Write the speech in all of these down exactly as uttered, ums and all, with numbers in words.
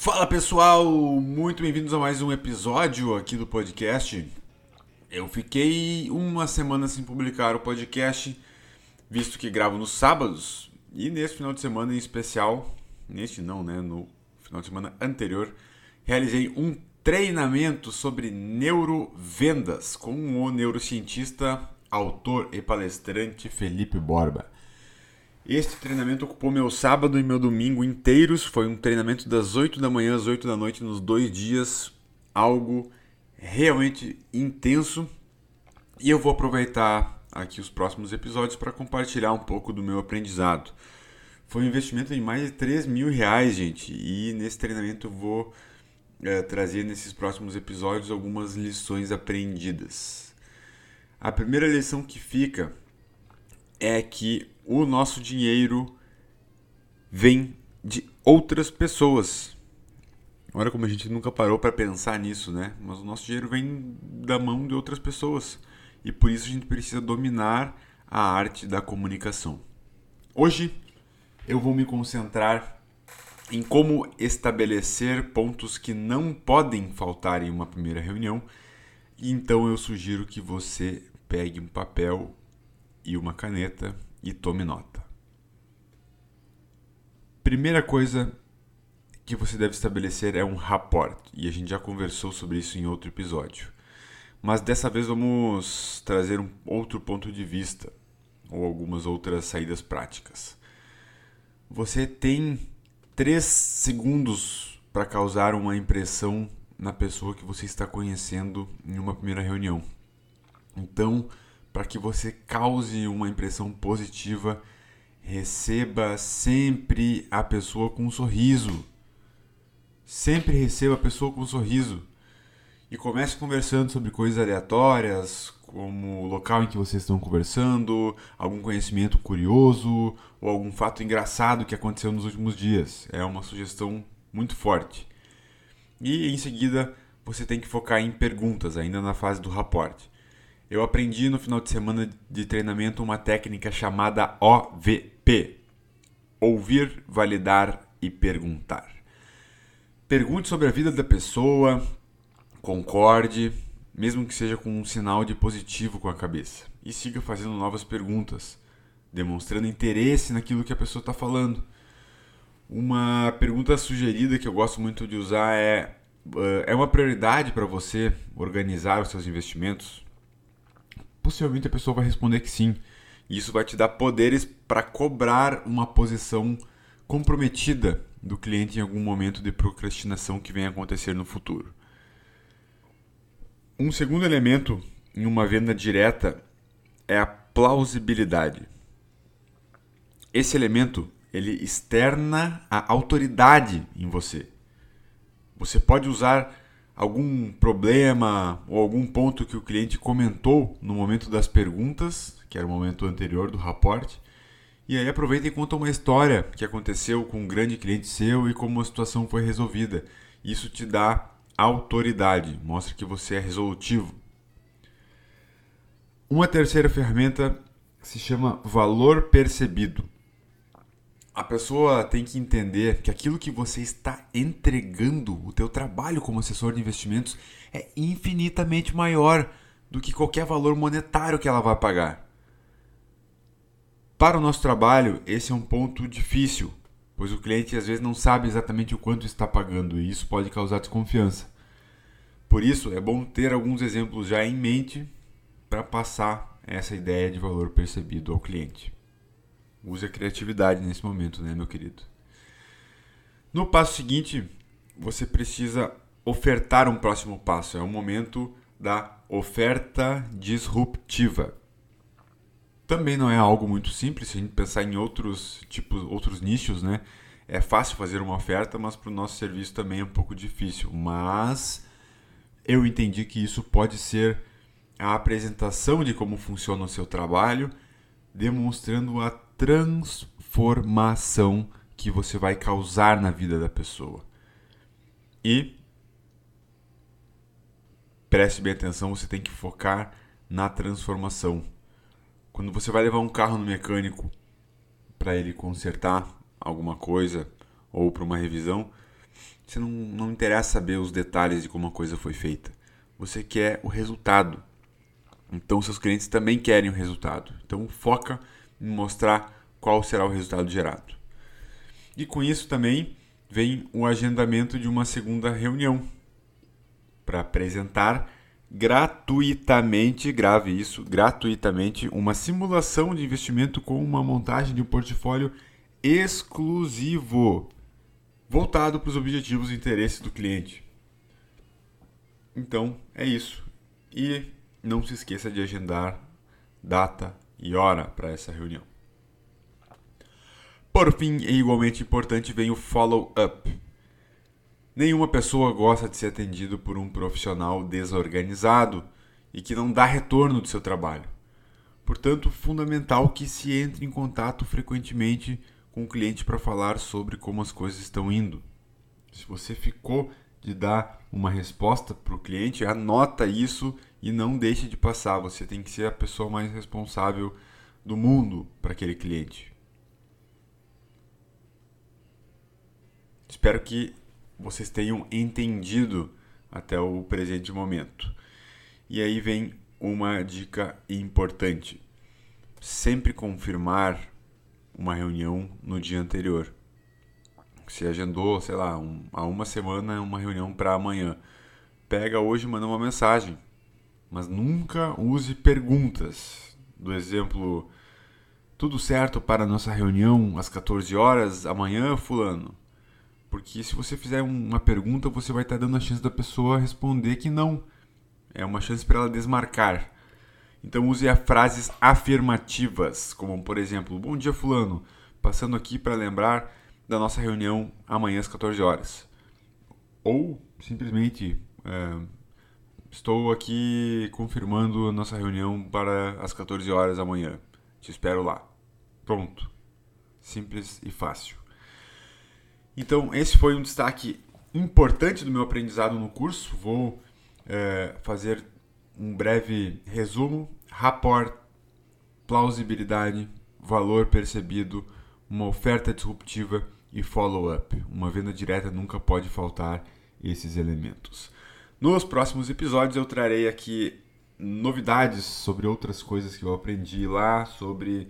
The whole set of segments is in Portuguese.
Fala pessoal, muito bem-vindos a mais um episódio aqui do podcast. Eu fiquei uma semana sem publicar o podcast, visto que gravo nos sábados, e nesse final de semana em especial, neste não, né, no final de semana anterior, realizei um treinamento sobre neurovendas com o neurocientista, autor e palestrante Felipe Borba. Este treinamento ocupou meu sábado e meu domingo inteiros. Foi um treinamento das oito da manhã às oito da noite nos dois dias. Algo realmente intenso. E eu vou aproveitar aqui os próximos episódios para compartilhar um pouco do meu aprendizado. Foi um investimento de mais de três mil reais, gente. E nesse treinamento eu vou é, trazer nesses próximos episódios algumas lições aprendidas. A primeira lição que fica é que o nosso dinheiro vem de outras pessoas. Olha como a gente nunca parou para pensar nisso, né? Mas o nosso dinheiro vem da mão de outras pessoas. E por isso a gente precisa dominar a arte da comunicação. Hoje eu vou me concentrar em como estabelecer pontos que não podem faltar em uma primeira reunião. Então eu sugiro que você pegue um papel e uma caneta e tome nota. Primeira coisa que você deve estabelecer é um rapport, e a gente já conversou sobre isso em outro episódio. Mas dessa vez vamos trazer um outro ponto de vista, ou algumas outras saídas práticas. Você tem três segundos para causar uma impressão na pessoa que você está conhecendo em uma primeira reunião. Então, para que você cause uma impressão positiva, receba sempre a pessoa com um sorriso. Sempre receba a pessoa com um sorriso. E comece conversando sobre coisas aleatórias, como o local em que vocês estão conversando, algum conhecimento curioso ou algum fato engraçado que aconteceu nos últimos dias. É uma sugestão muito forte. E em seguida, você tem que focar em perguntas, ainda na fase do rapport. Eu aprendi no final de semana de treinamento uma técnica chamada O V P. Ouvir, validar e perguntar. Pergunte sobre a vida da pessoa, concorde, mesmo que seja com um sinal de positivo com a cabeça. E siga fazendo novas perguntas, demonstrando interesse naquilo que a pessoa está falando. Uma pergunta sugerida que eu gosto muito de usar é: é uma prioridade para você organizar os seus investimentos? Possivelmente a pessoa vai responder que sim. E isso vai te dar poderes para cobrar uma posição comprometida do cliente em algum momento de procrastinação que venha acontecer no futuro. Um segundo elemento em uma venda direta é a plausibilidade. Esse elemento, ele externa a autoridade em você. Você pode usar algum problema ou algum ponto que o cliente comentou no momento das perguntas, que era o momento anterior do rapport, e aí aproveita e conta uma história que aconteceu com um grande cliente seu e como a situação foi resolvida. Isso te dá autoridade, mostra que você é resolutivo. Uma terceira ferramenta se chama valor percebido. A pessoa tem que entender que aquilo que você está entregando, o teu trabalho como assessor de investimentos, é infinitamente maior do que qualquer valor monetário que ela vai pagar. Para o nosso trabalho, esse é um ponto difícil, pois o cliente às vezes não sabe exatamente o quanto está pagando e isso pode causar desconfiança. Por isso, é bom ter alguns exemplos já em mente para passar essa ideia de valor percebido ao cliente. Use a criatividade nesse momento, né, meu querido? No passo seguinte, você precisa ofertar um próximo passo. É o momento da oferta disruptiva. Também não é algo muito simples, se a gente pensar em outros tipos, outros nichos, né? É fácil fazer uma oferta, mas para o nosso serviço também é um pouco difícil. Mas eu entendi que isso pode ser a apresentação de como funciona o seu trabalho, demonstrando a transformação que você vai causar na vida da pessoa. E preste bem atenção, você tem que focar na transformação. Quando você vai levar um carro no mecânico para ele consertar alguma coisa ou para uma revisão, Você não, não interessa saber os detalhes de como a coisa foi feita. Você quer o resultado. Então, seus clientes também querem o resultado. Então, foca em mostrar qual será o resultado gerado. E com isso também vem o agendamento de uma segunda reunião para apresentar gratuitamente, grave isso, gratuitamente, uma simulação de investimento com uma montagem de um portfólio exclusivo, voltado para os objetivos e interesses do cliente. Então, é isso. E não se esqueça de agendar data e hora para essa reunião. Por fim, e igualmente importante, vem o follow-up. Nenhuma pessoa gosta de ser atendido por um profissional desorganizado e que não dá retorno do seu trabalho. Portanto, fundamental que se entre em contato frequentemente com o cliente para falar sobre como as coisas estão indo. Se você ficou de dar uma resposta para o cliente, anota isso e não deixe de passar. Você tem que ser a pessoa mais responsável do mundo para aquele cliente. Espero que vocês tenham entendido até o presente momento. E aí vem uma dica importante. Sempre confirmar uma reunião no dia anterior. Se agendou, sei lá, um, há uma semana uma reunião para amanhã. Pega hoje e manda uma mensagem. Mas nunca use perguntas. Do exemplo, tudo certo para a nossa reunião às quatorze horas amanhã, fulano? Porque se você fizer uma pergunta, você vai estar dando a chance da pessoa responder que não. É uma chance para ela desmarcar. Então use as frases afirmativas, como por exemplo, bom dia fulano, passando aqui para lembrar da nossa reunião amanhã às quatorze horas. Ou simplesmente, é, estou aqui confirmando a nossa reunião para as quatorze horas amanhã. Te espero lá. Pronto. Simples e fácil. Então, esse foi um destaque importante do meu aprendizado no curso. Vou é, fazer um breve resumo. Rapport, plausibilidade, valor percebido, uma oferta disruptiva e follow-up. Uma venda direta nunca pode faltar esses elementos. Nos próximos episódios eu trarei aqui novidades sobre outras coisas que eu aprendi lá, sobre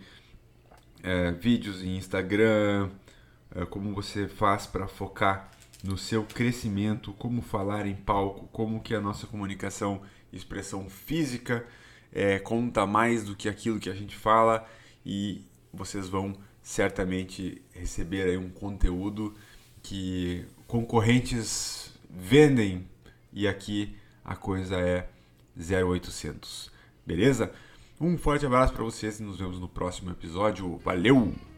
é, vídeos em Instagram, como você faz para focar no seu crescimento, como falar em palco, como que a nossa comunicação e expressão física é, conta mais do que aquilo que a gente fala, e vocês vão certamente receber aí um conteúdo que concorrentes vendem e aqui a coisa é zero oitocentos. Beleza? Um forte abraço para vocês e nos vemos no próximo episódio. Valeu!